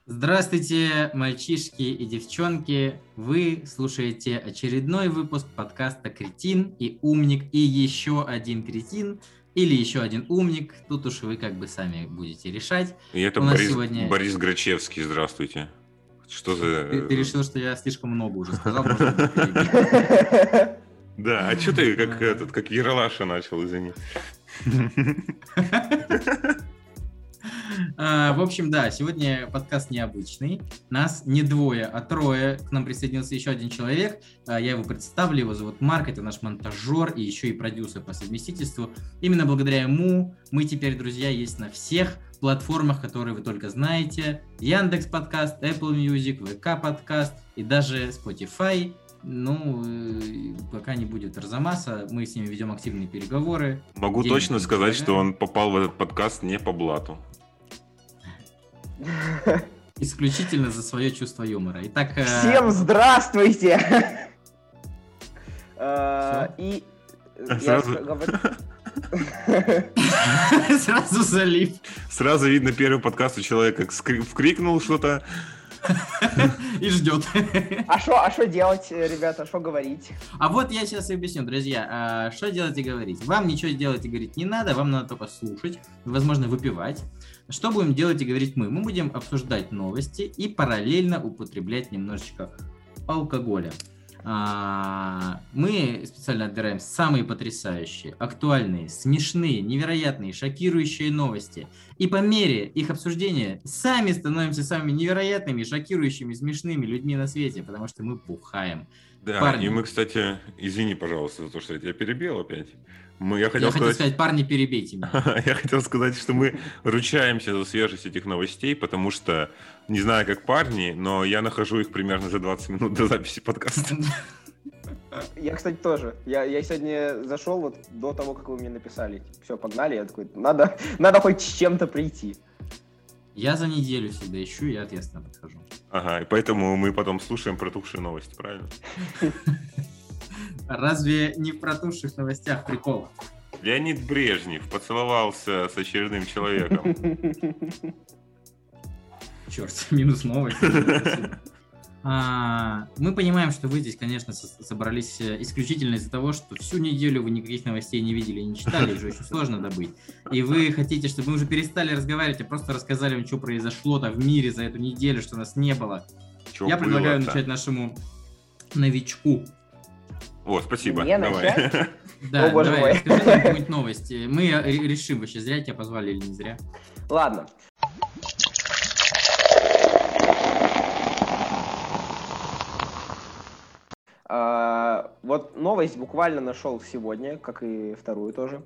Здравствуйте, мальчишки и девчонки! Вы слушаете очередной выпуск подкаста «Кретин и умник» и еще один кретин или еще один умник. Тут уж вы как бы сами будете решать. И это У нас Борис, сегодня... Борис Грачевский, здравствуйте. Что за... Ты решил, что я слишком много уже сказал, можно было перебить. Да, а что ты как Ералаша начал, извини. В общем, да, сегодня подкаст необычный. Нас не двое, а трое. К нам присоединился еще один человек. Я его представлю, его зовут Марк, это наш монтажер и еще и продюсер по совместительству. Именно благодаря ему мы теперь, друзья, есть на всех платформах, которые вы только знаете. Яндекс подкаст, Apple Music, ВК подкаст и даже Spotify. Пока не будет Арзамаса, мы с ними ведем активные переговоры. Могу точно сказать, что он попал в этот подкаст не по блату. Исключительно за свое чувство юмора. Итак, всем здравствуйте! И сразу залив. Сразу видно первый подкаст у человека, как вкрикнул что-то. И ждет. А что делать, ребята, что говорить? А вот я сейчас и объясню, друзья, что делать и говорить. Вам ничего делать и говорить не надо, вам надо только слушать, возможно, выпивать. Что будем делать и говорить мы? Мы будем обсуждать новости и параллельно употреблять немножечко алкоголя. Мы специально отбираем самые потрясающие, актуальные, смешные, невероятные, шокирующие новости. И по мере их обсуждения сами становимся самыми невероятными, шокирующими, смешными людьми на свете, потому что мы бухаем. Да, парни. И мы, кстати, извини, пожалуйста, за то, что я тебя перебил опять. Я хотел сказать, парни, перебейте меня. Я хотел сказать, что мы ручаемся за свежесть этих новостей, потому что, не знаю, как парни, но я нахожу их примерно за 20 минут до записи подкаста. Я, кстати, тоже. Я сегодня зашел вот до того, как вы мне написали. Все, погнали. Я такой, надо хоть с чем-то прийти. Я за неделю всегда ищу, я ответственно подхожу. Ага, и поэтому мы потом слушаем протухшие новости, правильно? Разве не в протухших новостях прикол? Леонид Брежнев поцеловался с очередным человеком. Черт, минус новость. Мы понимаем, что вы здесь, конечно, собрались исключительно из-за того, что всю неделю вы никаких новостей не видели и не читали, их же очень сложно добыть. И вы хотите, чтобы мы уже перестали разговаривать, а просто рассказали вам, что произошло-то в мире за эту неделю, что нас не было. Я предлагаю начать нашему новичку. О, спасибо. Мне давай. начать? Да, О, боже давай, мой. расскажи нам какую-нибудь новость. Мы решим, вообще зря тебя позвали или не зря. Ладно. Вот новость буквально нашел сегодня, как и вторую тоже.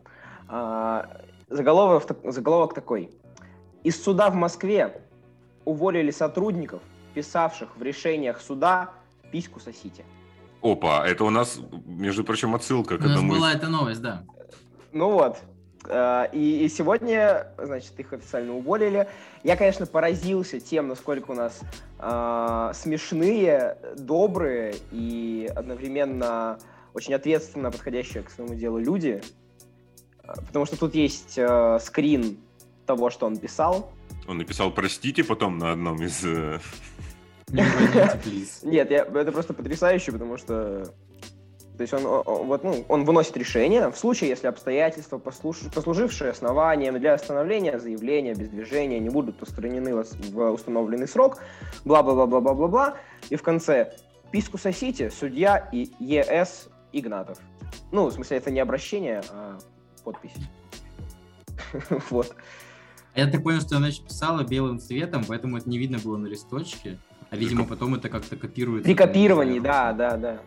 Заголовок такой. Из суда в Москве уволили сотрудников, писавших в решениях суда «Письку сосите». Опа, это у нас, между прочим, отсылка к У нас одному была эта новость, да. Ну вот. И сегодня, значит, их официально уволили. Я, конечно, поразился тем, насколько у нас смешные, добрые и одновременно очень ответственно подходящие к своему делу люди. Потому что тут есть скрин того, что он писал. Он написал «простите» потом на одном из... Нет, это просто потрясающе, потому что... То есть он выносит решение в случае, если обстоятельства, послужившие основанием для остановления заявления без движения, не будут устранены в установленный срок, бла-бла-бла-бла-бла-бла-бла. И в конце «Письку сосите, судья и ЕС Игнатов». Ну, в смысле, это не обращение, а подпись. Вот. Я так понял, что она писала белым цветом, поэтому это не видно было на листочке. А, видимо, потом это как-то копируется. При копировании, да.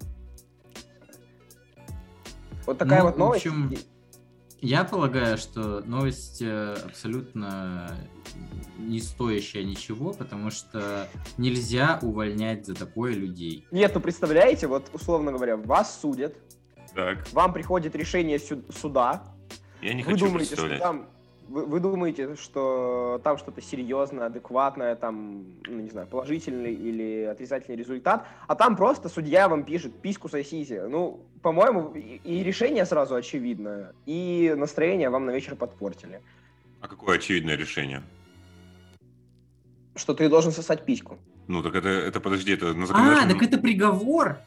Вот такая вот новость. В общем, я полагаю, что новость абсолютно не стоящая ничего, потому что нельзя увольнять за такое людей. Нет, ну представляете, вот условно говоря, вас судят, Так. Вам приходит решение суда. Я не хочу представлять. Вы думаете, что там что-то серьезное, адекватное, там, ну, не знаю, положительный или отрицательный результат, а там просто судья вам пишет «письку сосите». Ну, по-моему, и решение сразу очевидное, и настроение вам на вечер подпортили. А какое очевидное решение? Что ты должен сосать письку. Ну, так это подожди, это на А, законодательном... так это приговор?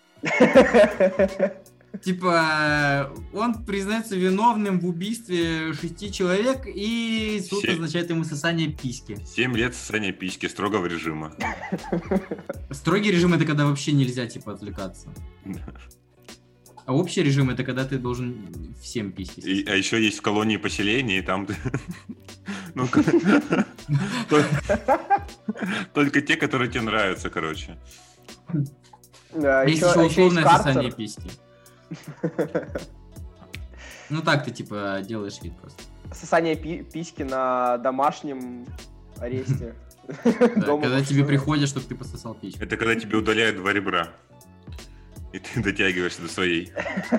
Типа, он признается виновным в убийстве 6 человек, и суд назначает ему сосание письки. 7 лет сосания письки, строгого режима. Строгий режим — это когда вообще нельзя, типа, отвлекаться. А общий режим — это когда ты должен всем письки сосать. А еще есть колонии поселений, и там ты... Только те, которые тебе нравятся, короче. Да, Есть еще условное сосание письки. Ну так ты, типа, делаешь вид просто. Сосание письки на домашнем аресте. Когда тебе приходят, чтобы ты пососал письку. Это когда тебе удаляют 2 ребра. И ты дотягиваешься до своей.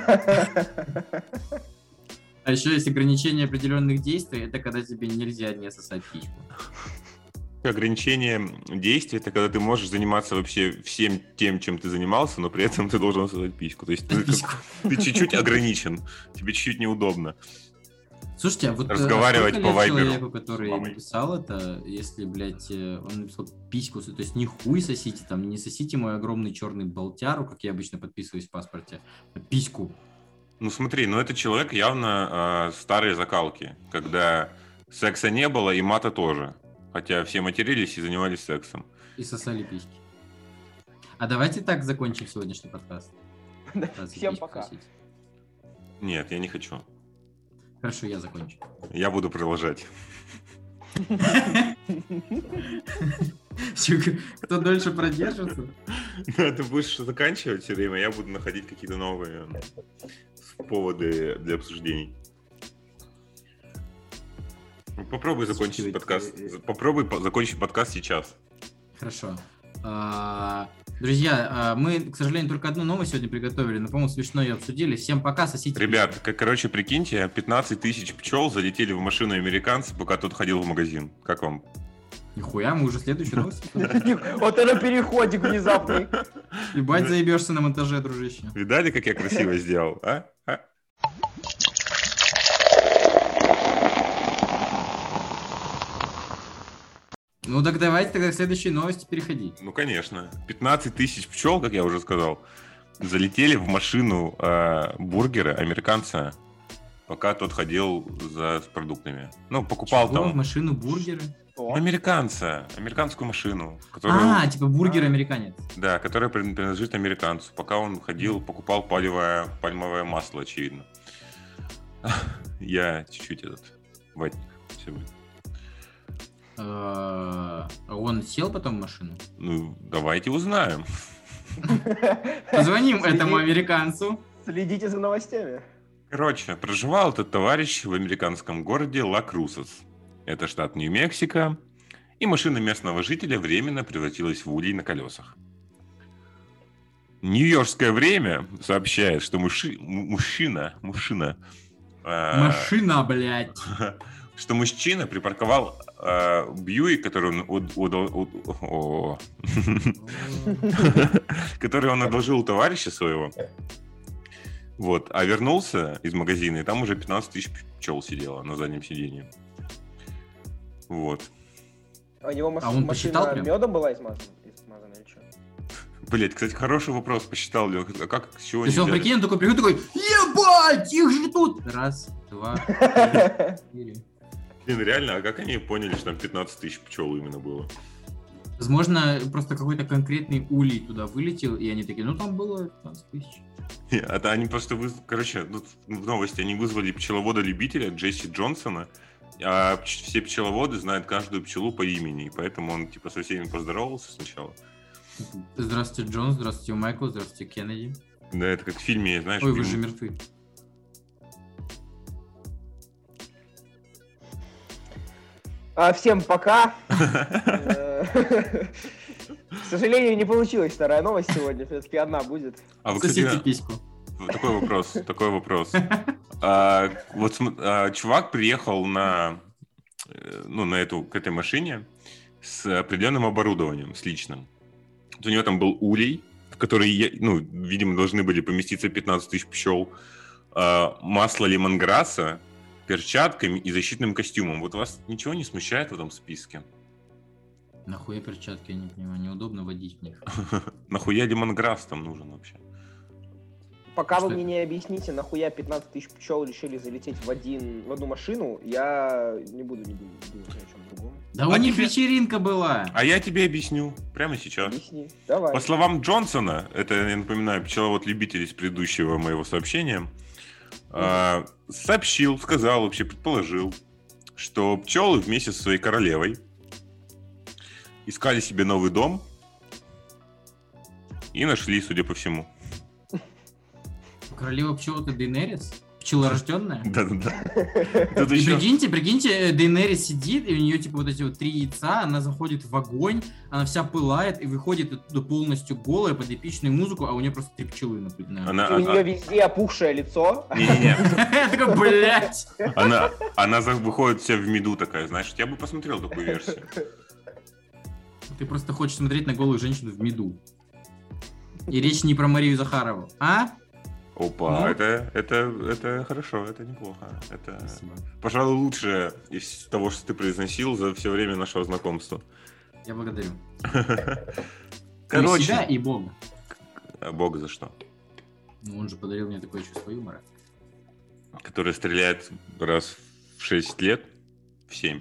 А еще есть ограничение определенных действий, это когда тебе нельзя не сосать письку. Ограничение действий — это когда ты можешь заниматься вообще всем тем, чем ты занимался, но при этом ты должен сосать письку. То есть ты чуть-чуть ограничен, тебе чуть-чуть неудобно. Слушайте, а вот разговаривать по вайберу человеку, который написал это, если, блядь, он написал письку, то есть не хуй сосите, там, не сосите мой огромный черный болтяру, как я обычно подписываюсь в паспорте, а письку. Ну смотри, это человек явно старой закалки, когда секса не было и мата тоже. Хотя все матерились и занимались сексом. И сосали письки. А давайте так закончим сегодняшний подкаст. Всем пока. Нет, я не хочу. Хорошо, я закончу. Я буду продолжать. Кто дольше продержится? Ты будешь заканчивать все время, я буду находить какие-то новые поводы для обсуждений. Попробуй закончить подкаст. Попробуй закончить подкаст сейчас. Хорошо. Друзья, мы, к сожалению, только одну новость сегодня приготовили, но, по-моему, смешно ее обсудили. Всем пока, сосите. Ребят, короче, прикиньте, 15 тысяч пчел залетели в машину американца, пока тот ходил в магазин. Как вам? Нихуя, мы уже следующую новость. Вот это переходик внезапный. Ебать, заебешься на монтаже, дружище. Видали, как я красиво сделал, а? Ну так давайте тогда к следующей новости переходить. Ну, конечно. 15 тысяч пчел, как я уже сказал, залетели в машину бургера американца, пока тот ходил за продуктами. Ну, покупал Чего? там... В машину бургеры? Американскую машину. Которую... типа бургер-американец. Да, которая принадлежит американцу. Пока он ходил, покупал пальмовое масло, очевидно. Я чуть-чуть ватник сегодня. Он сел потом в машину? Ну, давайте узнаем. Позвоним этому американцу. Следите за новостями. Короче, проживал этот товарищ в американском городе Ла-Крусес. Это штат Нью-Мексико. И машина местного жителя временно превратилась в улей на колесах. Нью-Йоркское время сообщает, что мужчина, блядь. что мужчина припарковал Бьюик, который он одолжил у товарища своего. Вот, а вернулся из магазина, и там уже 15 тысяч пчел сидело на заднем сиденье. Вот. А у него он посчитал машина прям? медом была измазана или что? Блять, кстати, хороший вопрос, посчитал ли. А как, с чего То есть он, взяли? прикинь, он такой приходит, такой, ебать, их же тут! 1, 2, 3, 4. Блин, реально, а как они поняли, что там 15 тысяч пчел именно было? Возможно, просто какой-то конкретный улей туда вылетел, и они такие, ну там было 15 тысяч. Это они просто, короче, в новости они вызвали пчеловода-любителя Джесси Джонсона, а все пчеловоды знают каждую пчелу по имени, и поэтому он типа со всеми поздоровался сначала. Здравствуйте, Джон, здравствуйте, Майкл, здравствуйте, Кеннеди. Да, это как в фильме, знаешь... Ой, вы же мертвы. Всем пока. К сожалению, не получилась вторая новость сегодня. Все-таки одна будет. А вы, Сосите кстати, письку. такой вопрос. Вот чувак приехал к этой машине с определенным оборудованием, с личным. У него там был улей, в который, видимо, должны были поместиться 15 тысяч пчел, масло лемонграсса, перчатками и защитным костюмом. Вот вас ничего не смущает в этом списке? Нахуя перчатки, я не понимаю, неудобно водить в них. Нахуя лимонграсс там нужен вообще? Пока Что вы мне это? не объясните, нахуя 15 тысяч пчел решили залететь в одну машину, я не буду не думать ни о чем другом. Да у А них тебе- вечеринка была. А я тебе объясню прямо сейчас. Объясни. Давай. По словам Джонсона, это, я напоминаю, пчеловод-любитель из предыдущего моего сообщения, сказал, вообще предположил, что пчелы вместе со своей королевой искали себе новый дом и нашли, судя по всему. Королева пчел это Дейнерис? Пчелорожденная? Да-да-да. Тут И еще... прикиньте, Дейнерис сидит, и у нее типа вот эти вот 3 яйца, она заходит в огонь, она вся пылает и выходит оттуда полностью голая под эпичную музыку, а у нее просто 3 пчелы наблюдают. И у нее везде опухшее лицо. Не-не-не. Я такой, блядь! Она выходит вся в меду такая, знаешь, я бы посмотрел такую версию. Ты просто хочешь смотреть на голую женщину в меду. И речь не про Марию Захарову. А? Опа, Ну? это хорошо, это неплохо. Это, Спасибо. пожалуй, лучшее из того, что ты произносил за все время нашего знакомства. Я благодарю. И Короче, себя, и Бога. Бог за что? Ну, он же подарил мне такое чувство юмора. Который стреляет раз в 6 лет, в 7.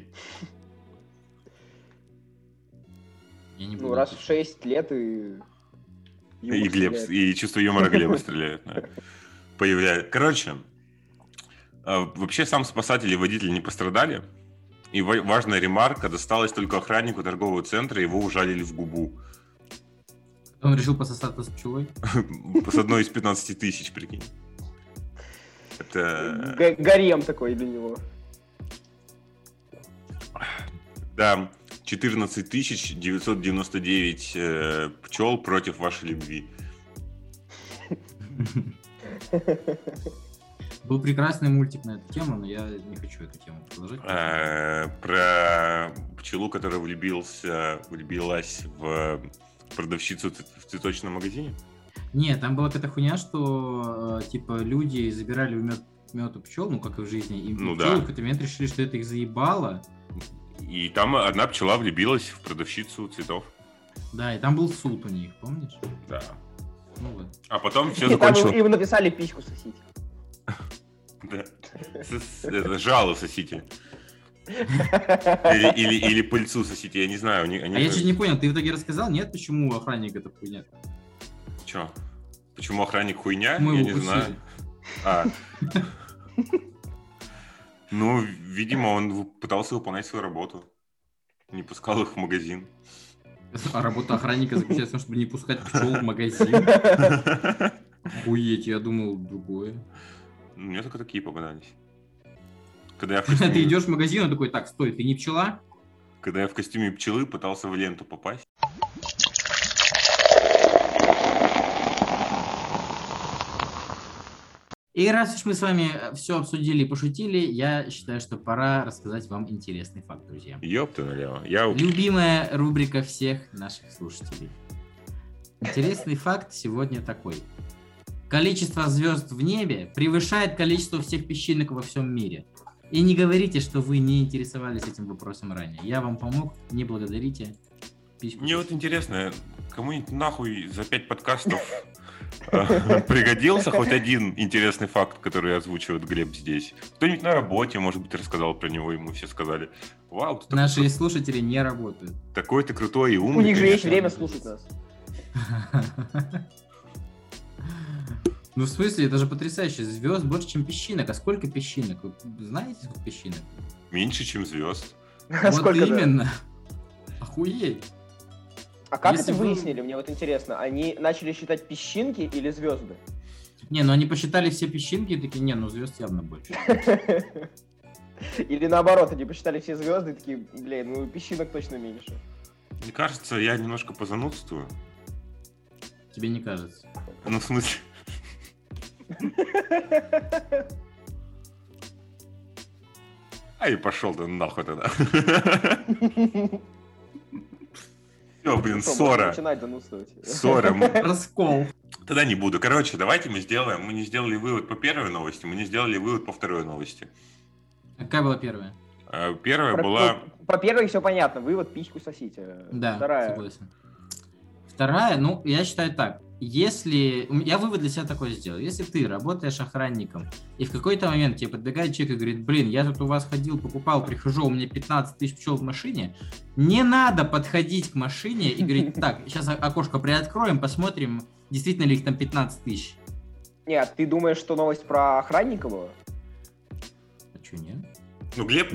Я не буду. Ну, раз в 6 лет и... И Глеб, и чувство юмора Глеба стреляет. Да. Появляется. Короче, вообще сам спасатель и водитель не пострадали. И важная ремарка, досталась только охраннику торгового центра, его ужалили в губу. Он решил пососаться с пчелой? С одной из 15 тысяч, прикинь. Это... Гарем такой для него. Да, 14 999 пчел против вашей любви. Был прекрасный мультик на эту тему, но я не хочу эту тему продолжать. Про пчелу, которая влюбилась в продавщицу в цветочном магазине? Нет, там была какая-то хуйня, что типа люди забирали мед у пчел, ну как и в жизни, и Ну пчелы да. в какой-то момент решили, что это их заебало. И там одна пчела влюбилась в продавщицу цветов. Да, и там был суд у них, помнишь? Да. Ну вот. А потом все И там закончилось... им написали письку сосить. Да. Это жало сосите. Или пыльцу сосите, я не знаю. А я чуть не понял, ты в итоге рассказал, нет, почему охранник это хуйня? Чё? Почему охранник хуйня? Мы Я его не укусили. знаю. Ну, видимо, он пытался выполнять свою работу. Не пускал их в магазин. А работа охранника заключается в том, чтобы не пускать пчел в магазин. Охуеть, я думал другое. Мне только такие попадались. Когда я в Ты костюме, идешь в магазин, он такой, так, стой, ты не пчела? когда я в костюме пчелы пытался в ленту попасть. И раз уж мы с вами все обсудили и пошутили, я считаю, что пора рассказать вам интересный факт, друзья. Ёпта налево. Я... Любимая рубрика всех наших слушателей. Интересный факт сегодня такой. Количество звезд в небе превышает количество всех песчинок во всем мире. И не говорите, что вы не интересовались этим вопросом ранее. Я вам помог, не благодарите. Письку. Мне вот интересно, кому-нибудь нахуй за 5 подкастов пригодился хоть один интересный факт, который озвучивает Глеб здесь? Кто-нибудь на работе, может быть, рассказал про него, ему все сказали: вау, ты Наши слушатели не работают. такой ты крутой и умный. У них же есть конечно». время слушать нас. Ну, в смысле, это же потрясающе. Звезд больше, чем песчинок. А сколько песчинок? Вы знаете, сколько песчинок? Меньше, чем звезд. Вот Сколько, да? именно. Охуеть. А как Если это вы- выяснили? Мне вот интересно. Они начали считать песчинки или звезды? Не, ну они посчитали все песчинки и такие, не, ну звезд явно больше. Или наоборот, они посчитали все звезды и такие, блин, ну песчинок точно меньше. Мне кажется, я немножко позанудствую. Тебе не кажется? Ну, в смысле... Ай, пошел ты нахуй тогда. Все, блин, Что, можно ссора. начинать занудствовать. Ссора. Раскол. Тогда не буду. Короче, давайте мы сделаем. Мы не сделали вывод по первой новости, мы не сделали вывод по второй новости. Какая была первая? Первая была... По первой все понятно, вы вот письку сосите. Да, Вторая. согласен. Вторая, ну, я считаю так. Если... Я вывод для себя такой сделал. Если ты работаешь охранником, и в какой-то момент тебе подбегает человек и говорит, блин, я тут у вас ходил, покупал, прихожу, у меня 15 тысяч пчел в машине, не надо подходить к машине и говорить, так, сейчас окошко приоткроем, посмотрим, действительно ли их там 15 тысяч. Нет, ты думаешь, что новость про охранника была? А что, нет? Ну, Глеб...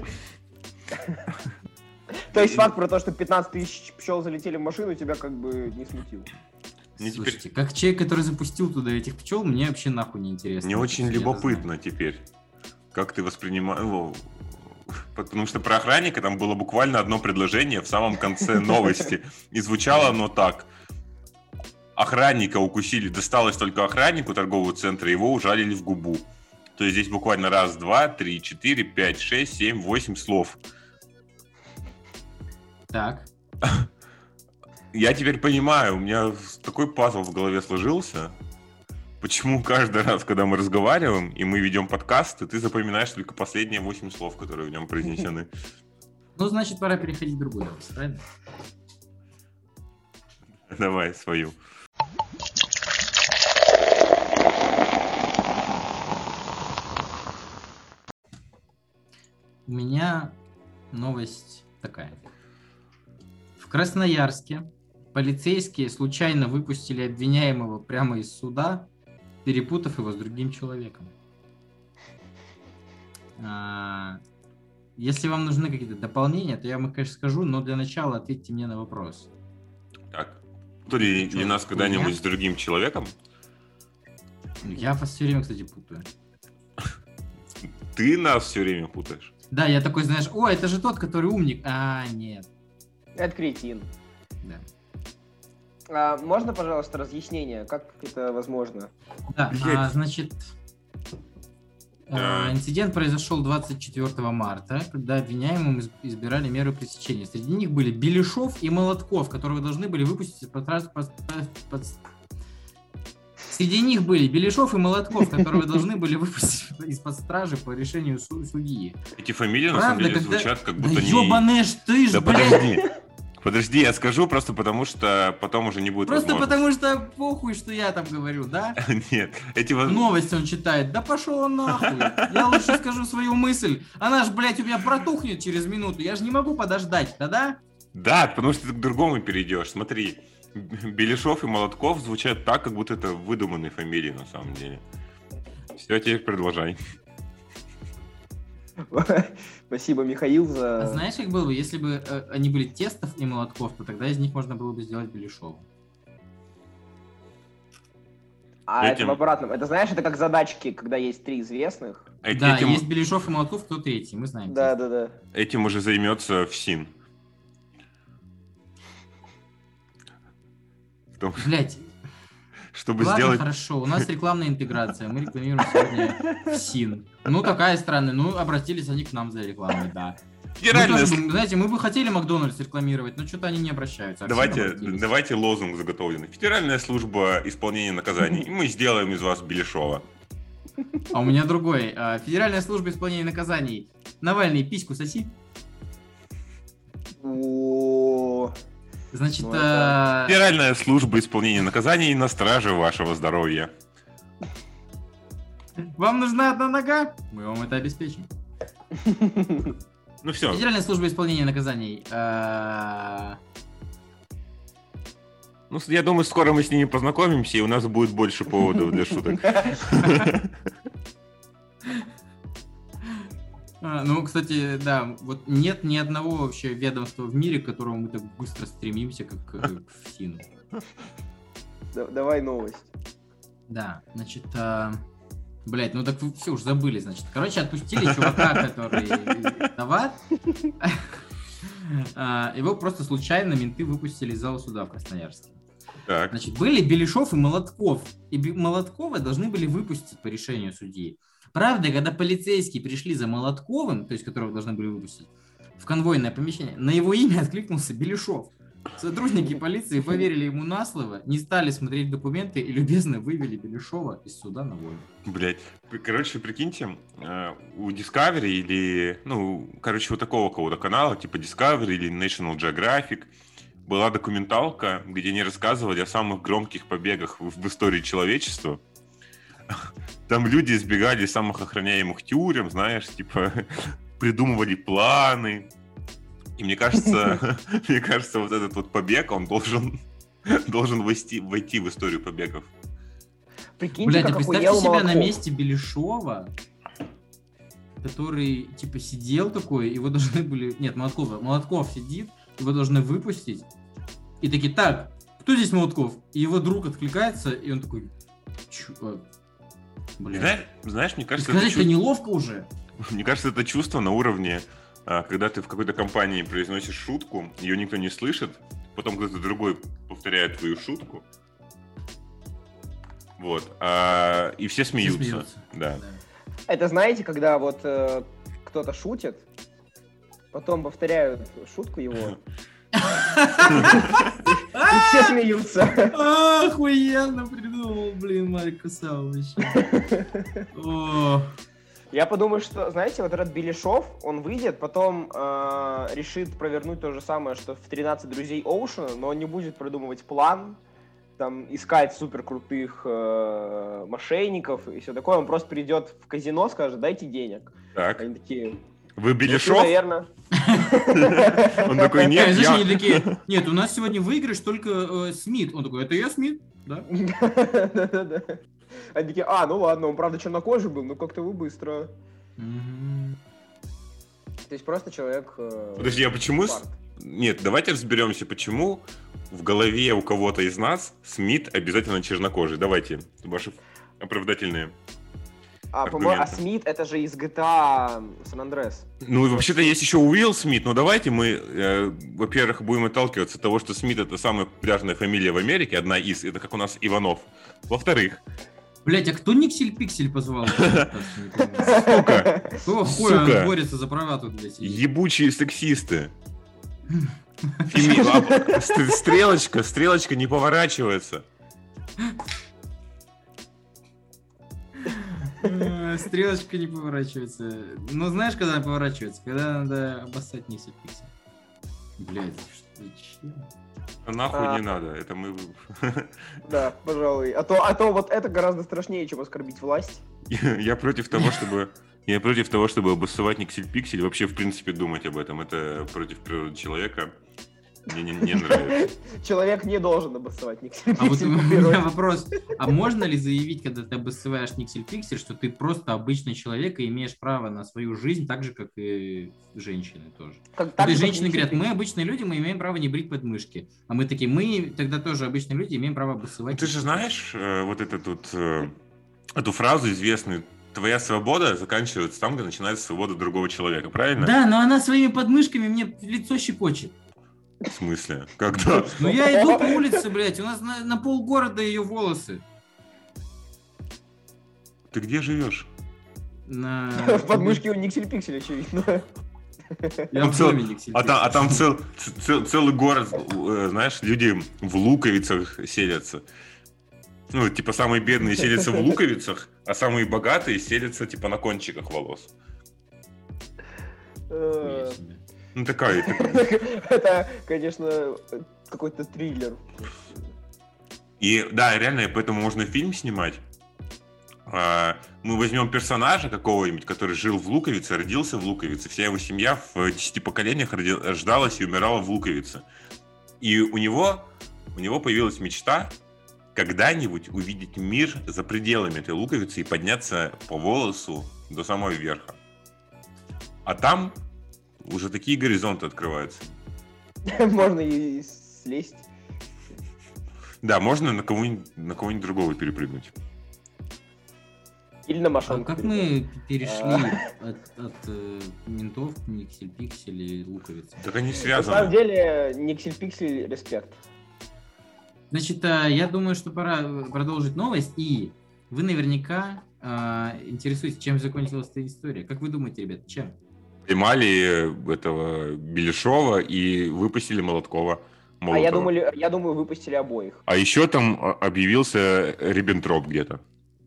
То есть факт про то, что 15 тысяч пчел залетели в машину, тебя как бы не смутил? Слушайте, как человек, который запустил туда этих пчел, мне вообще нахуй не интересно. Мне очень любопытно теперь, как ты воспринимаешь... Потому что про охранника там было буквально одно предложение в самом конце новости. И звучало оно так. Охранника укусили, досталось только охраннику торгового центра, его ужалили в губу. То есть здесь буквально 1, 2, 3, 4, 5, 6, 7, 8 слов. Так. Я теперь понимаю, у меня такой пазл в голове сложился. Почему каждый раз, когда мы разговариваем и мы ведем подкасты, ты запоминаешь только последние 8 слов, которые в нем произнесены. Ну, значит, пора переходить в другую новость, правильно? Давай свою. У меня новость такая. В Красноярске полицейские случайно выпустили обвиняемого прямо из суда, перепутав его с другим человеком. Если вам нужны какие-то дополнения, то я вам их, конечно, скажу, но для начала ответьте мне на вопрос. Так, путали ли нас когда-нибудь с другим человеком? Я вас все время, кстати, путаю. Ты нас все время путаешь. Да, я такой, знаешь, о, это же тот, который умник. А, нет. Это кретин. Да. Можно, пожалуйста, разъяснение, как это возможно? Да, значит, инцидент произошел 24 марта, когда обвиняемым избирали меры пресечения. Среди них были Беляшов и Молотков, которых должны были выпустить Среди них были Беляшов и Молотков, которого должны были выпустить из-под стражи по решению судьи. Эти фамилии, на самом деле, звучат как будто не... Ёбаный ж ты ж, Да блядь! Подожди, я скажу просто потому, что потом уже не будет Просто возможности. потому, что похуй, что я там говорю, да? Нет, эти... Новости он читает. Да пошел он нахуй. Я лучше скажу свою мысль. Она ж, блядь, у меня протухнет через минуту. Я же не могу подождать, да? Да, потому что ты к другому перейдешь. Смотри, Беляшов и Молотков звучат так, как будто это выдуманные фамилии на самом деле. Все, теперь продолжай. Спасибо, Михаил, за... А знаешь, как было бы, если бы они были Тестов и Молотков, то тогда из них можно было бы сделать Беляшова. Это в обратном. Это, знаешь, это как задачки, когда есть 3 известных. Да, есть Беляшов и Молотков, кто третий, мы знаем. Да. Этим уже займется ФСИН. Блять. Чтобы Ладно, сделать... хорошо, у нас рекламная интеграция, мы рекламируем сегодня ФСИН. Ну, такая странная, ну, обратились они к нам за рекламой, да. Федеральная... Знаете, мы бы хотели Макдональдс рекламировать, но что-то они не обращаются. Давайте лозунг заготовленный. Федеральная служба исполнения наказаний. И мы сделаем из вас Беляшова. А у меня другой. Федеральная служба исполнения наказаний. Навальный, письку соси. Значит, Федеральная служба исполнения наказаний на страже вашего здоровья. Вам нужна одна нога? Мы вам это обеспечим. Ну все. Федеральная служба исполнения наказаний. Ну, я думаю, скоро мы с ними познакомимся, и у нас будет больше поводов для шуток. Ну, кстати, да, вот нет ни одного вообще ведомства в мире, к которому мы так быстро стремимся, как к ФСИНу. Давай новость. Да, значит, блять, ну так вы все уж забыли, значит. Короче, отпустили чувака, который виноват. Его просто случайно менты выпустили из зала суда в Красноярске. Так. Значит, были Беляшов и Молотков. И Молоткова должны были выпустить по решению судьи. Правда, когда полицейские пришли за Молотковым, то есть которого должны были выпустить, в конвойное помещение, на его имя откликнулся Беляшов. Сотрудники полиции поверили ему на слово, не стали смотреть документы и любезно вывели Беляшова из суда на волю. Блять. Короче, прикиньте, у Discovery или, у такого кого-то канала, типа Discovery или National Geographic, была документалка, где они рассказывали о самых громких побегах в истории человечества. Там люди избегали самых охраняемых тюрем, знаешь, типа придумывали планы. И мне кажется, вот этот вот побег, он должен войти в историю побегов. Прикиньте, Блядь, а как представьте охуел себя на Молотков. месте Беляшова, который, типа, сидел такой, его должны были... Нет, Молотков сидит, его должны выпустить. И такие, так, кто здесь Молотков? И его друг откликается, и он такой... Блядь. Знаешь, мне кажется, Сказать-то неловко уже. Мне кажется, это чувство на уровне, когда ты в какой-то компании произносишь шутку, ее никто не слышит, потом кто-то другой повторяет твою шутку, вот, и все смеются. Да. Это знаете, когда вот кто-то шутит, потом повторяют шутку его, и все смеются. Охуенно придумал, блин, Марик Кусал вообще. Я подумаю, что, знаете, вот этот Беляшов, он выйдет, потом решит провернуть то же самое, что в «13 друзей Оушена», но он не будет продумывать план, там, искать суперкрутых мошенников и все такое. Он просто придет в казино, скажет, дайте денег. Так. Они такие... Вы Беляшов? Наверное. Он такой, нет, я... Они такие, нет, у нас сегодня выигрыш только Смит. Он такой, это я Смит? Да. Да-да-да. Они такие, ну ладно, он правда чернокожий был, но как-то вы быстро. То есть просто человек... Подожди, а почему... Нет, давайте разберемся, почему в голове у кого-то из нас Смит обязательно чернокожий. Давайте, ваши оправдательные по-моему, Смит это же из GTA San Andreas. Ну, вообще-то есть еще Уилл Смит, но давайте мы, во-первых, будем отталкиваться от того, что Смит это самая популярная фамилия в Америке, одна из, это как у нас Иванов. Во-вторых... Блять, а кто Никсель-Пиксель позвал? Сука! Кто хуй борется за права тут, блядь? Ебучие сексисты. Стрелочка не поворачивается. Стрелочка не поворачивается. Ну, знаешь, когда она поворачивается? Когда надо обоссать Никсель-Пиксель. Блядь, зачем? Нахуй не надо, это мы... Да, пожалуй. А то вот это гораздо страшнее, чем оскорбить власть. Я против того, чтобы обоссывать Никсель-Пиксель, вообще, в принципе, думать об этом. Это против природы человека. Мне не нравится. Человек не должен обоссывать Никсель-Пиксель. А вот у меня вопрос. А можно ли заявить, когда ты обоссываешь Никсель-Пиксель, что ты просто обычный человек и имеешь право на свою жизнь, так же, как и женщины тоже? И женщины говорят, мы обычные люди, мы имеем право не брить подмышки. А мы такие, мы тогда тоже обычные люди, имеем право обоссывать. Ты же знаешь вот эту фразу известную, твоя свобода заканчивается там, где начинается свобода другого человека, правильно? Да, но она своими подмышками мне лицо щекочет. В смысле? Когда? Ну я иду по улице, блядь, у нас на полгорода ее волосы. Ты где живешь? В подмышке у Никсель-Пиксель, очевидно. Я в доме Никсель-Пиксель. А там целый город, знаешь, люди в луковицах селятся. Ну, типа, самые бедные селятся в луковицах, а самые богатые селятся, типа, на кончиках волос. Ну, такая. Это, конечно, какой-то триллер. И, да, реально, поэтому можно фильм снимать. Мы возьмем персонажа какого-нибудь, который жил в Луковице, родился в Луковице. Вся его семья в 10 поколениях рождалась и умирала в Луковице. И у него появилась мечта когда-нибудь увидеть мир за пределами этой Луковицы и подняться по волосу до самого верха. А там уже такие горизонты открываются. Можно и слезть. Да, можно на кого-нибудь другого перепрыгнуть. Или на машинку. А как мы перешли от ментов к Никсель-Пиксель и Луковице? Так они связаны. На самом деле, Никсель-Пиксель респект. Значит, я думаю, что пора продолжить новость. И вы наверняка интересуетесь, чем закончилась эта история. Как вы думаете, ребят, чем? Поймали этого Беляшова и выпустили Молоткова. А я думаю, выпустили обоих. А еще там объявился Риббентроп где-то.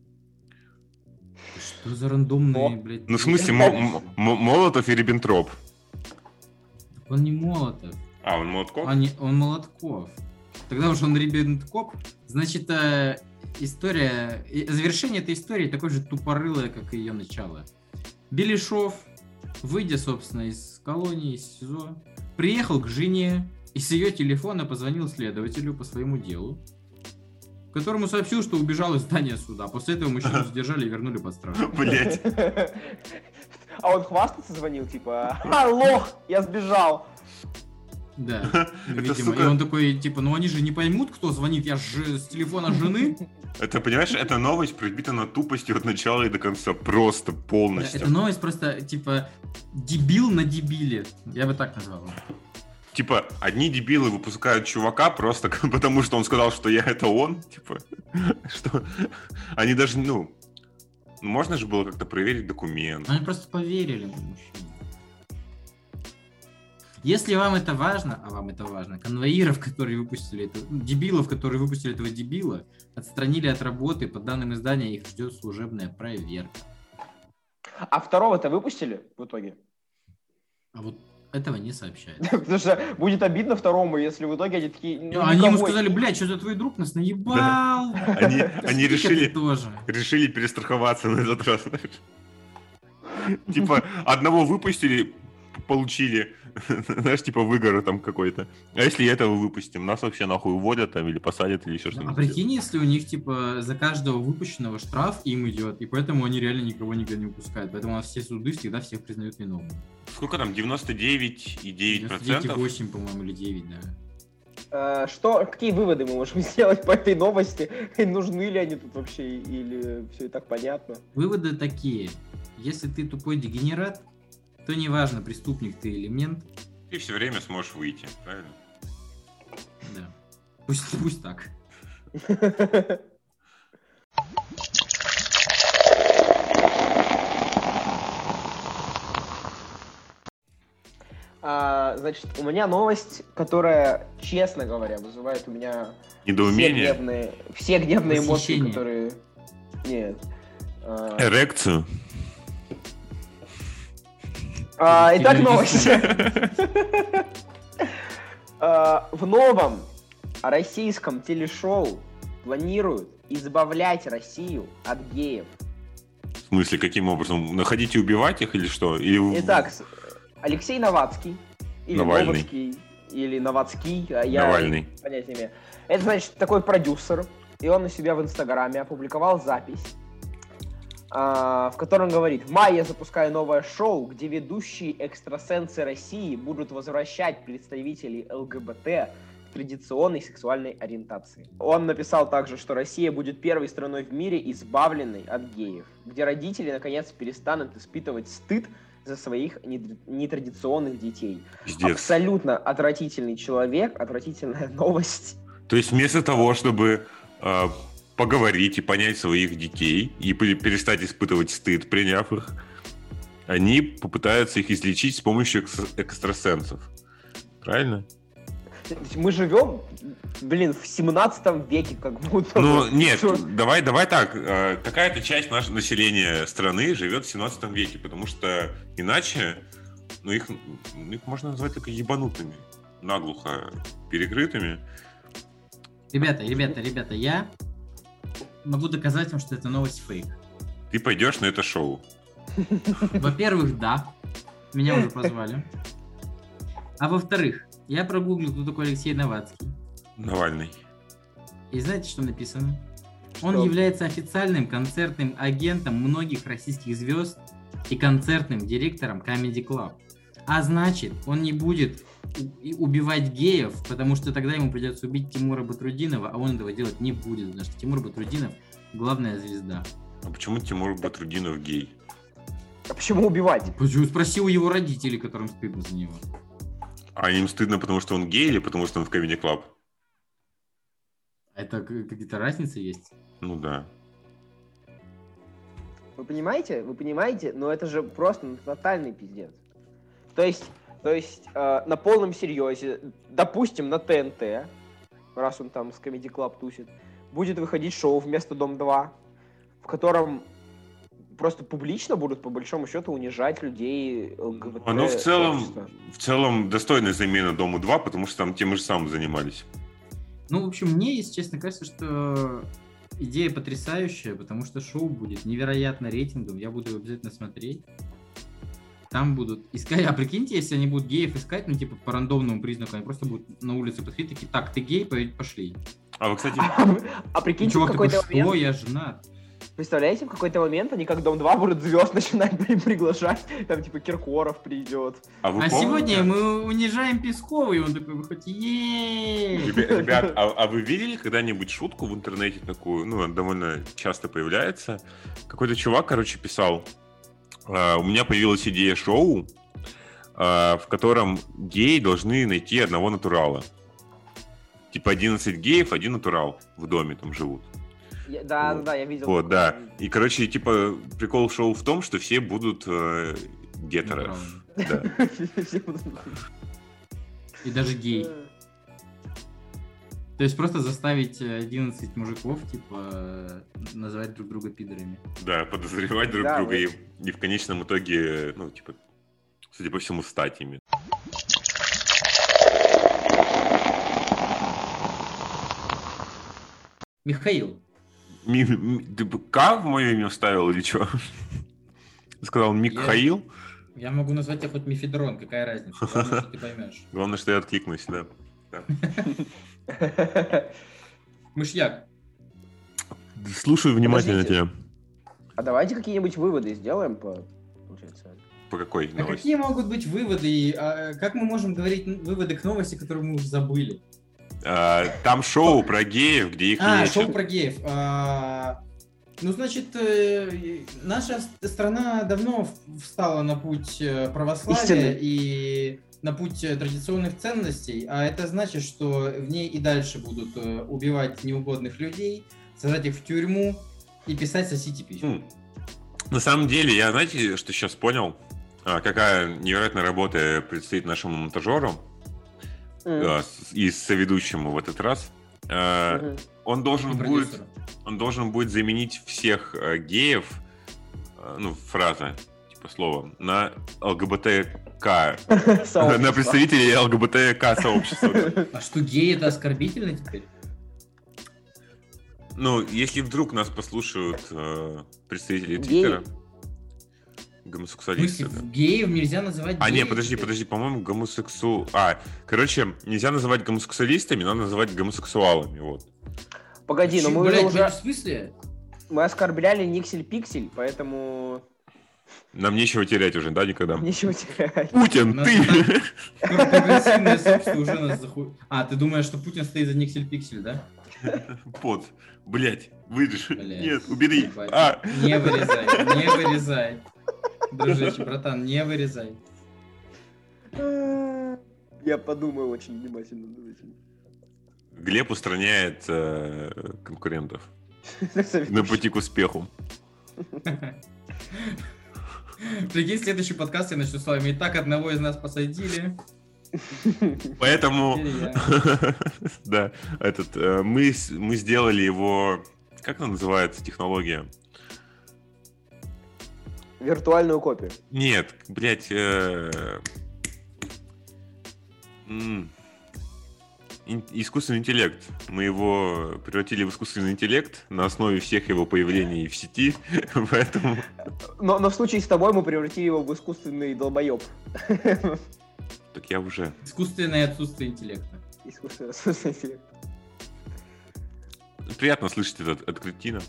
Что за рандомные, блядь? Ну, в смысле, Молотов и Риббентроп. Он не Молотов. А, он Молотков? Он Молотков. Тогда уж он Риббентроп. Значит, завершение этой истории такое же тупорылое, как и ее начало. Беляшов, выйдя, собственно, из колонии, из СИЗО, приехал к жене и с ее телефона позвонил следователю по своему делу, которому сообщил, что убежал из здания суда. После этого мужчину задержали и вернули под стражу. Блять. А он хвастаться звонил, типа, лох, я сбежал. Да, видимо. И он такой, типа, ну они же не поймут, кто звонит, я же с телефона жены. Это, понимаешь, эта новость пробита на тупости от начала и до конца, просто полностью. Это новость просто, типа, дебил на дебиле, я бы так назвал. Типа, одни дебилы выпускают чувака просто потому, что он сказал, что я это он, типа, что они даже, можно же было как-то проверить документ. Они просто поверили мужчине. Если вам это важно, а вам это важно, конвоиров, которые выпустили дебилов, которые выпустили этого дебила, отстранили от работы, по данным издания их ждет служебная проверка. А второго-то выпустили в итоге? А вот этого не сообщают. Потому что будет обидно второму, если в итоге они такие... Они ему сказали, блядь, что-то твой друг нас наебал. Они решили перестраховаться на этот раз. Типа, одного выпустили, получили, знаешь, типа выгор там какой-то. А если этого выпустим, нас вообще нахуй уводят там или посадят или еще что-нибудь. А прикинь, если у них типа за каждого выпущенного штраф им идет, и поэтому они реально никого никогда не выпускают. Поэтому у нас все суды всегда всех признают виновными. Сколько там? 99,9%? 99,8, по-моему, или 9, да. Какие выводы мы можем сделать по этой новости? Нужны ли они тут вообще, или все и так понятно? Выводы такие. Если ты тупой дегенерат, то неважно, преступник ты или мент. Ты все время сможешь выйти, правильно? Да. Пусть так. Значит, у меня новость, которая, честно говоря, вызывает у меня недоумение, все гневные эмоции, которые... Нет. Эрекцию. Итак, новость. В новом российском телешоу планируют избавлять Россию от геев. В смысле, каким образом? Находить и убивать их или что? Итак, Алексей Новацкий, или Навальный. Новацкий, или Новацкий, Навальный. Понятия не имею. Это, значит, такой продюсер, и он у себя в Инстаграме опубликовал запись, в котором говорит: в мае я запускаю новое шоу, где ведущие экстрасенсы России будут возвращать представителей ЛГБТ к традиционной сексуальной ориентации. Он написал также, что Россия будет первой страной в мире, избавленной от геев, где родители наконец перестанут испытывать стыд за своих нетрадиционных детей. Пиздец. Абсолютно отвратительный человек, отвратительная новость. То есть вместо того, чтобы поговорить и понять своих детей и перестать испытывать стыд, приняв их, они попытаются их излечить с помощью экстрасенсов. Правильно? Мы живем, в 17 веке как будто. Ну, нет, давай так. Какая-то часть нашего населения страны живет в 17 веке, потому что иначе, их можно назвать только ебанутыми, наглухо перекрытыми. Ребята, я могу доказать вам, что эта новость фейк. Ты пойдешь на это шоу? Во-первых, да. Меня уже позвали. А во-вторых, я прогуглил, кто такой Алексей Новацкий. Навальный. И знаете, что написано? Он является официальным концертным агентом многих российских звезд и концертным директором Comedy Club. А значит, он не будет убивать геев, потому что тогда ему придется убить Тимура Батрудинова, а он этого делать не будет, потому что Тимур Батрудинов — главная звезда. А почему Тимур Батрудинов гей? А почему убивать? Спросил его родителей, которым стыдно за него. А им стыдно, потому что он гей или потому что он в Comedy Club? Это какие-то разницы есть? Ну да. Вы понимаете? Но это же просто тотальный пиздец. То есть То есть на полном серьезе, допустим, на ТНТ, раз он там с Comedy Club тусит, будет выходить шоу вместо Дом-2, в котором просто публично будут, по большому счету, унижать людей ЛГБТ. Оно в целом достойная замена Дому-2, потому что там тем же самым занимались. Ну, в общем, мне, если честно, кажется, что идея потрясающая, потому что шоу будет невероятно рейтингом, я буду его обязательно смотреть. Там будут искать, а прикиньте, если они будут геев искать, ну, типа, по рандомному признаку, они просто будут на улице подходить, такие, так, ты гей, пошли. А вы, кстати... А прикиньте, чувак в какой-то такой, момент... что, я женат? Представляете, в какой-то момент они как Дом-2 будут звезд начинать приглашать, там типа Киркоров придет. А вы А помните? сегодня мы унижаем Пескова, и он такой выходит, е-е-е. Ребят, а вы видели когда-нибудь шутку в интернете такую? Ну, она довольно часто появляется. Какой-то чувак, короче, писал: у меня появилась идея шоу, в котором геи должны найти одного натурала. Типа 11 геев, один натурал в доме там живут. Да, я видел. Вот, да. И, короче, типа, прикол шоу в том, что все будут гетеры. Да. И даже гей. То есть просто заставить 11 мужиков, типа, называть друг друга пидорами. Да, подозревать друг друга и в конечном итоге, ну, типа, судя по всему, стать ими. Михаил. Ты бы К в мое имя вставил или что? Ты сказал Михаил? Я могу назвать тебя хоть Мефедрон, какая разница? Главное, что ты поймешь. Главное, что я откликнусь, да. Мышьяк. Слушаю внимательно тебя. А давайте какие-нибудь выводы сделаем получается. По какой А новости? какие могут быть выводы? Как мы можем говорить выводы к новости, которые мы уже забыли? Там шоу про геев, где их лечат. Шоу про геев. Ну, значит, наша страна давно встала на путь православия и на путь традиционных ценностей, а это значит, что в ней и дальше будут убивать неугодных людей, сажать их в тюрьму и писать «сосите письма». На самом деле, я, знаете, что сейчас понял? Какая невероятная работа предстоит нашему монтажеру и соведущему в этот раз. Он должен будет заменить всех геев, ну, фраза, типа слова, на ЛГБТК, на представителей ЛГБТК сообщества. А что, геи это оскорбительно теперь? Ну, если вдруг нас послушают представители Твиттера, гомосексуалисты. В смысле, геев нельзя называть геями? Нет, подожди, по-моему, короче, нельзя называть гомосексуалистами, надо называть гомосексуалами, вот. Погоди, но мы уже... В смысле? Мы оскорбляли Никсель-Пиксель, поэтому... Нам нечего терять уже, да, никогда? Нечего терять. Путин, ты! Прогрессивное сообщество уже нас захуй... ты думаешь, что Путин стоит за Никсель-Пиксель, да? Вот, блять, вырежь. Блядь. Нет, убери. Не вырезай. Дружище, братан, не вырезай. Я подумаю очень внимательно над этим. Глеб устраняет конкурентов на пути к успеху. Прикинь, следующий подкаст я начну с вами. Итак, одного из нас посадили. Поэтому да, мы сделали его... Как она называется, технология? Виртуальную копию. Нет, блядь... Искусственный интеллект. Мы его превратили в искусственный интеллект на основе всех его появлений в сети, поэтому... Но в случае с тобой мы превратили его в искусственный долбоеб. Так я уже... Искусственное отсутствие интеллекта. Искусственное отсутствие интеллекта. Приятно слышать это от кретина.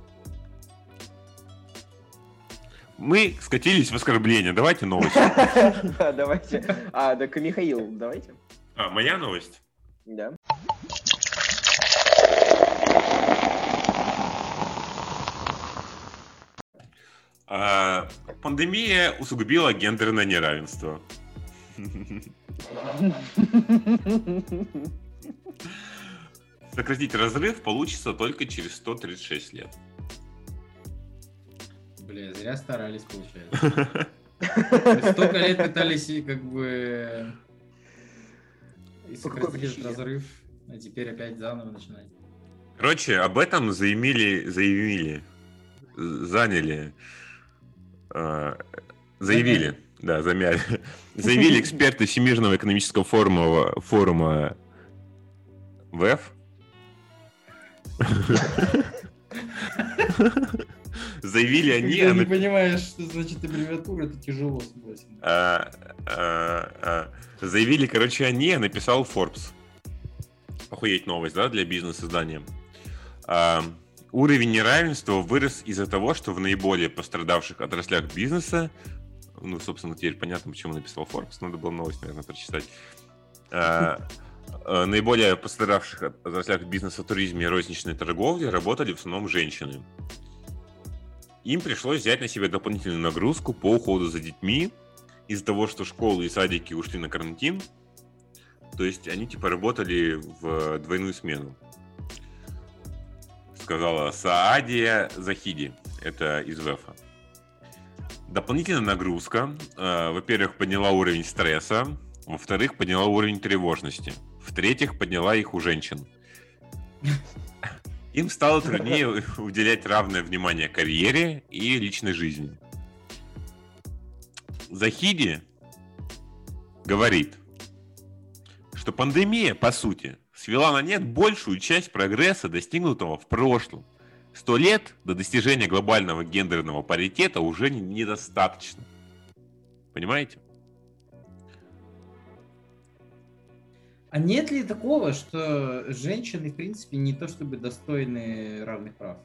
Мы скатились в оскорбление. Давайте новости. Да, давайте. Так Михаил, давайте. Моя новость? Да. Пандемия усугубила гендерное неравенство. Сократить разрыв получится только через 136 лет. Бля, зря старались, получается. Столько лет пытались и как бы и сократить этот разрыв, а теперь опять заново начинать. Короче, об этом заявили, заявили эксперты Всемирного экономического форума ВЭФ. Заявили они... Когда не понимаешь, что значит аббревиатура, это тяжело, согласен. Заявили, короче, они, а написал Forbes. Охуеть новость, да, для бизнес-издания. Уровень неравенства вырос из-за того, что в наиболее пострадавших отраслях бизнеса, ну, собственно, теперь понятно, почему написал Forbes, надо было новость, наверное, прочитать. Наиболее пострадавших отраслях бизнеса, туризме и розничной торговле работали в основном женщины. Им пришлось взять на себя дополнительную нагрузку по уходу за детьми из-за того, что школы и садики ушли на карантин. То есть они типа работали в двойную смену. Сказала Саадия Захиди, это из ВЭФа. Дополнительная нагрузка, во-первых, подняла уровень стресса, во-вторых, подняла уровень тревожности, в-третьих, подняла их у женщин. Им стало труднее уделять равное внимание карьере и личной жизни. Захиди говорит, что пандемия, по сути, свела на нет большую часть прогресса, достигнутого в прошлом. 100 лет до достижения глобального гендерного паритета уже недостаточно. Понимаете? А нет ли такого, что женщины, в принципе, не то чтобы достойны равных прав?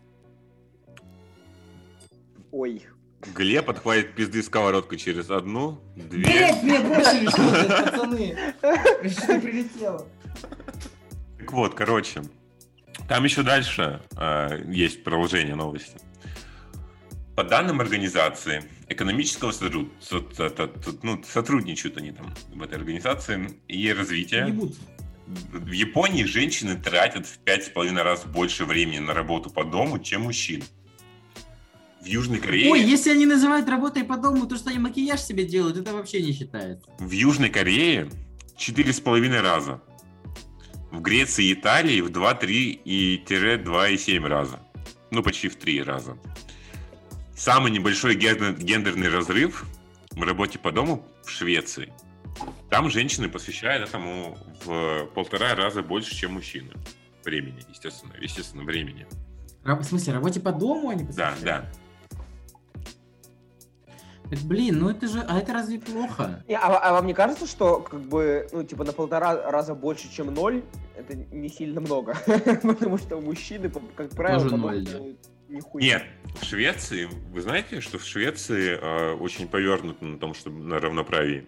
Ой. Глеб отхватит пизды сковородкой через одну, две... Блять, меня бросили, что-то, пацаны! Что-то прилетело. Так вот, короче, там еще дальше есть продолжение новости. По данным организации экономического сотрудничают они там в этой организации и развития. В Японии женщины тратят в 5,5 раз больше времени на работу по дому, чем мужчины. В Южной Корее... Ой, если они называют работой по дому, то, что они макияж себе делают, это вообще не считается. В Южной Корее 4,5 раза. В Греции и Италии в 2,3 и 2,7 раза. Ну, почти в 3 раза. Самый небольшой гендерный разрыв в работе по дому в Швеции. Там женщины посвящают этому в 1,5 раза больше, чем мужчины. Времени, естественно, времени. В смысле, работе по дому они посвящают? Да. Блин, ну это же, а это разве плохо? А вам не кажется, что как бы, ну, типа на 1,5 раза больше, чем 0, это не сильно много? Потому что мужчины, как правило, тоже 0, да. Нихуя. Нет, в Швеции, вы знаете, что в Швеции очень повернуто на том, чтобы на равноправии.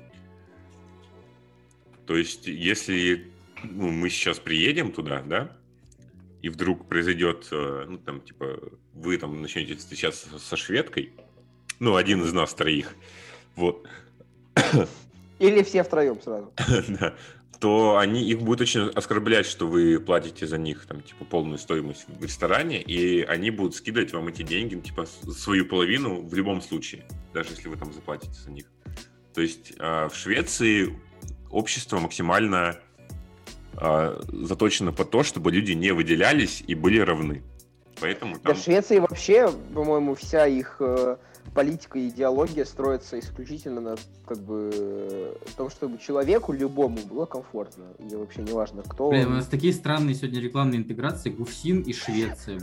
То есть, если мы сейчас приедем туда, да, и вдруг произойдет, ну, там, типа, вы там начнете встречаться со шведкой, ну, один из нас троих, вот. Или все втроем сразу. Да. То их будут очень оскорблять, что вы платите за них, там, типа, полную стоимость в ресторане, и они будут скидывать вам эти деньги, типа, свою половину в любом случае, даже если вы там заплатите за них. То есть в Швеции общество максимально заточено под то, чтобы люди не выделялись и были равны. Поэтому там... Да, в Швеции вообще, по-моему, вся их политика и идеология строится исключительно на, как бы, том, чтобы человеку любому было комфортно. И вообще не важно, кто... Блин, у нас такие странные сегодня рекламные интеграции. ГУФСИН и Швеция.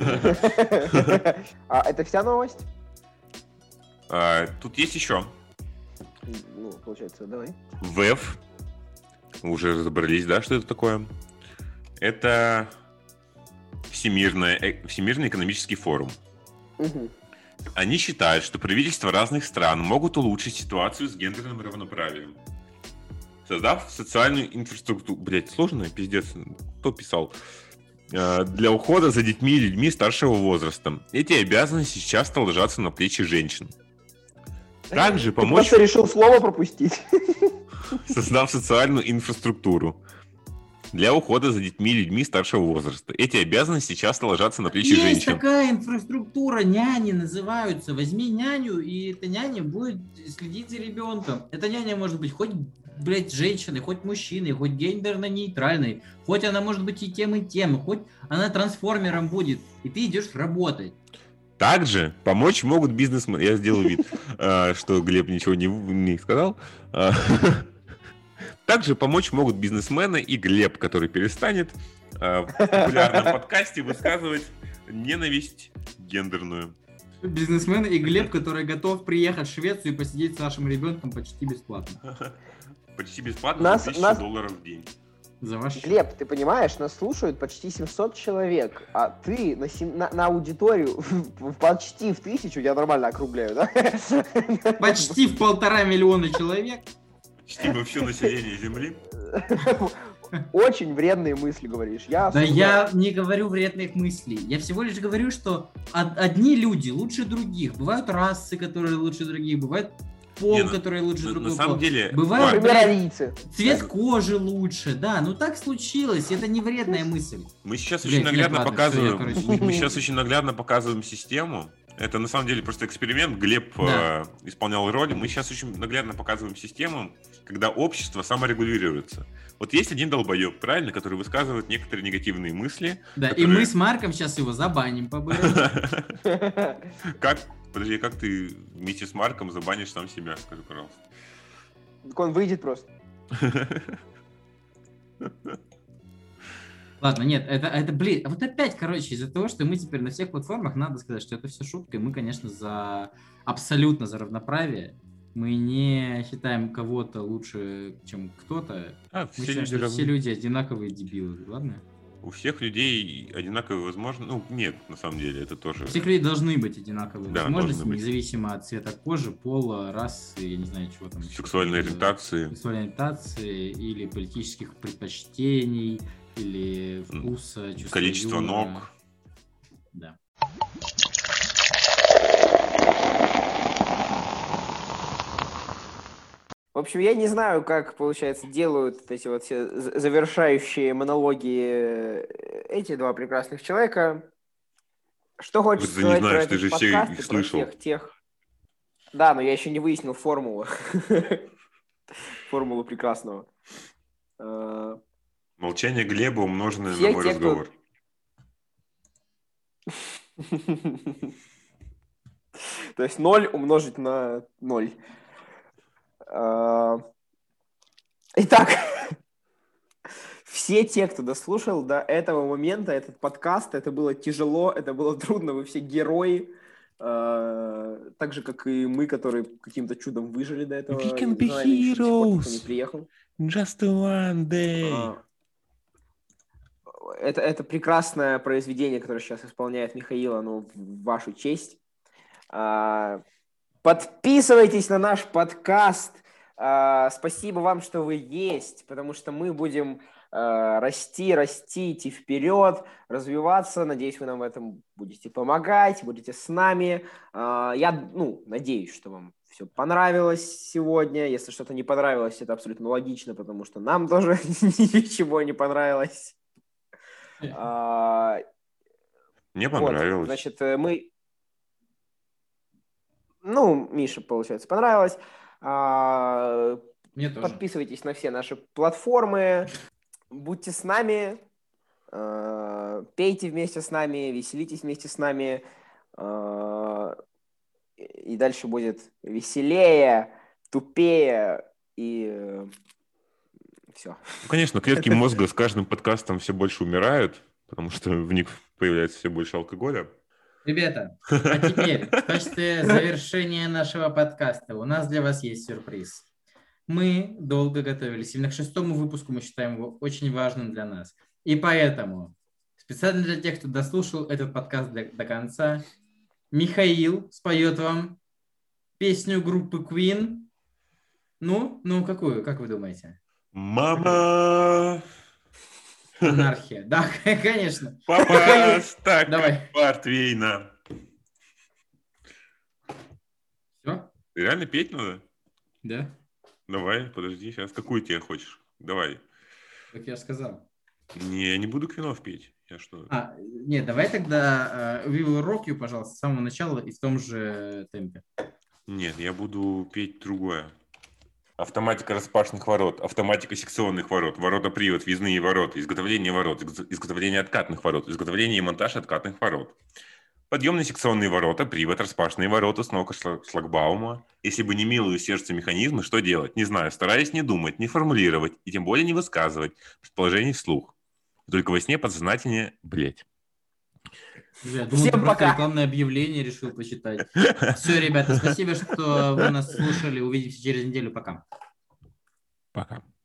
А это вся новость? Тут есть еще. Ну, получается, давай. ВЭФ. Уже разобрались, да, что это такое? Это Всемирный экономический форум. Угу. Они считают, что правительства разных стран могут улучшить ситуацию с гендерным равноправием, создав социальную инфраструктуру. Блять, сложно, пиздец, кто писал? Для ухода за детьми и людьми старшего возраста. Эти обязанности часто ложатся на плечи женщин. Также помочь... Ты просто решил слово пропустить. Создав социальную инфраструктуру. для ухода за детьми и людьми старшего возраста. Эти обязанности часто ложатся на плечи Есть женщин. такая инфраструктура, няни называются. Возьми няню, и эта няня будет следить за ребенком. Эта няня может быть хоть, блядь, женщиной, хоть мужчиной, хоть гендерно-нейтральной, хоть она может быть и тем, хоть она трансформером будет, и ты идешь работать. Также помочь могут бизнесмены. Я сделал вид, что Глеб ничего не сказал. Также помочь могут бизнесмены и Глеб, который перестанет в популярном подкасте высказывать ненависть гендерную. Бизнесмен и Глеб, который готов приехать в Швецию и посидеть с нашим ребенком почти бесплатно. Почти бесплатно за $1000 в день. За ваш счет. Глеб, ты понимаешь, нас слушают почти 700 человек, а ты на аудиторию почти в 1000, я нормально округляю, да? Почти в 1,5 миллиона человек. Почти во все население Земли. Очень вредные мысли говоришь. Да я не говорю вредных мыслей. Я всего лишь говорю, что одни люди лучше других. Бывают расы, которые лучше других. Бывает пол, который лучше другого. На самом деле... Бывает, арийцы. Цвет кожи лучше. Да, ну так случилось. Это не вредная мысль. Мы сейчас очень наглядно показываем систему. Это на самом деле просто эксперимент. Глеб исполнял роль. Мы сейчас очень наглядно показываем систему, когда общество саморегулируется. Вот есть один долбоеб, правильно, который высказывает некоторые негативные мысли. Да, которые... и мы с Марком сейчас его забаним по-бырому. Подожди, как ты вместе с Марком забанишь сам себя? Скажи, пожалуйста. Так он выйдет просто. Ладно, нет, это, блин, вот опять, короче, из-за того, что мы теперь на всех платформах, надо сказать, что это все шутка, и мы, конечно, абсолютно за равноправие. Мы не считаем кого-то лучше, чем кто-то. Мы считаем, что все люди одинаковые дебилы, ладно? У всех людей одинаковые возможности. Ну, нет, на самом деле, это тоже... У всех людей должны быть одинаковые возможности, быть. независимо от цвета кожи, пола, расы, я не знаю, чего там. Сексуальной ориентации. Сексуальной ориентации или политических предпочтений, или вкуса, чувства количество юмора. ног. Да. В общем, я не знаю, как, получается, делают эти вот все завершающие монологи эти два прекрасных человека. Что хочешь сказать про этот подкаст и про всех тех... Да, но я еще не выяснил формулу. Формулу прекрасного. Молчание Глеба, умноженное на мой разговор. То есть 0 умножить на 0. Итак, все те, кто дослушал до этого момента этот подкаст, это было тяжело, это было трудно, вы все герои, так же, как и мы, которые каким-то чудом выжили до этого. We can be heroes. Не приехал. Just one day. Это прекрасное произведение, которое сейчас исполняет Михаил, оно в вашу честь. Подписывайтесь на наш подкаст. Спасибо вам, что вы есть, потому что мы будем расти, идти вперед, развиваться. Надеюсь, вы нам в этом будете помогать, будете с нами. Я, надеюсь, что вам все понравилось сегодня. Если что-то не понравилось, это абсолютно логично, потому что нам тоже ничего не понравилось. Мне понравилось. Вот, значит, мы... Мише, получается, понравилось. Мне тоже. Подписывайтесь на все наши платформы. Будьте с нами. Пейте вместе с нами. Веселитесь вместе с нами. И дальше будет веселее, тупее и все. Конечно, клетки мозга с каждым подкастом все больше умирают, потому что в них появляется все больше алкоголя. Ребята, а теперь в качестве завершения нашего подкаста у нас для вас есть сюрприз. Мы долго готовились, именно к 6-му выпуску мы считаем его очень важным для нас. И поэтому, специально для тех, кто дослушал этот подкаст до конца, Михаил споет вам песню группы Queen. Какую, как вы думаете? Мама! Анархия. Да, конечно. Папа, так, давай. Портвейна. Все? Реально петь надо? Да. Давай, подожди, сейчас. Какую тебе хочешь? Давай. Как я сказал. Не, я не буду Квинов петь. Я что? Нет, давай тогда We Will Rock You, пожалуйста, с самого начала и в том же темпе. Нет, я буду петь другое. Автоматика распашных ворот, автоматика секционных ворот, ворота-привод, въездные ворота, изготовление ворот, изготовление откатных ворот, изготовление и монтаж откатных ворот. Подъемные секционные ворота, привод, распашные ворота, установка шлагбаума. Если бы не милые сердце механизмы, что делать? Не знаю, стараясь не думать, не формулировать и тем более не высказывать предположений вслух. Только во сне подсознательнее, блять. Я думал, ты просто рекламное объявление решил почитать. Все, ребята, спасибо, что вы нас слушали. Увидимся через неделю. Пока. Пока.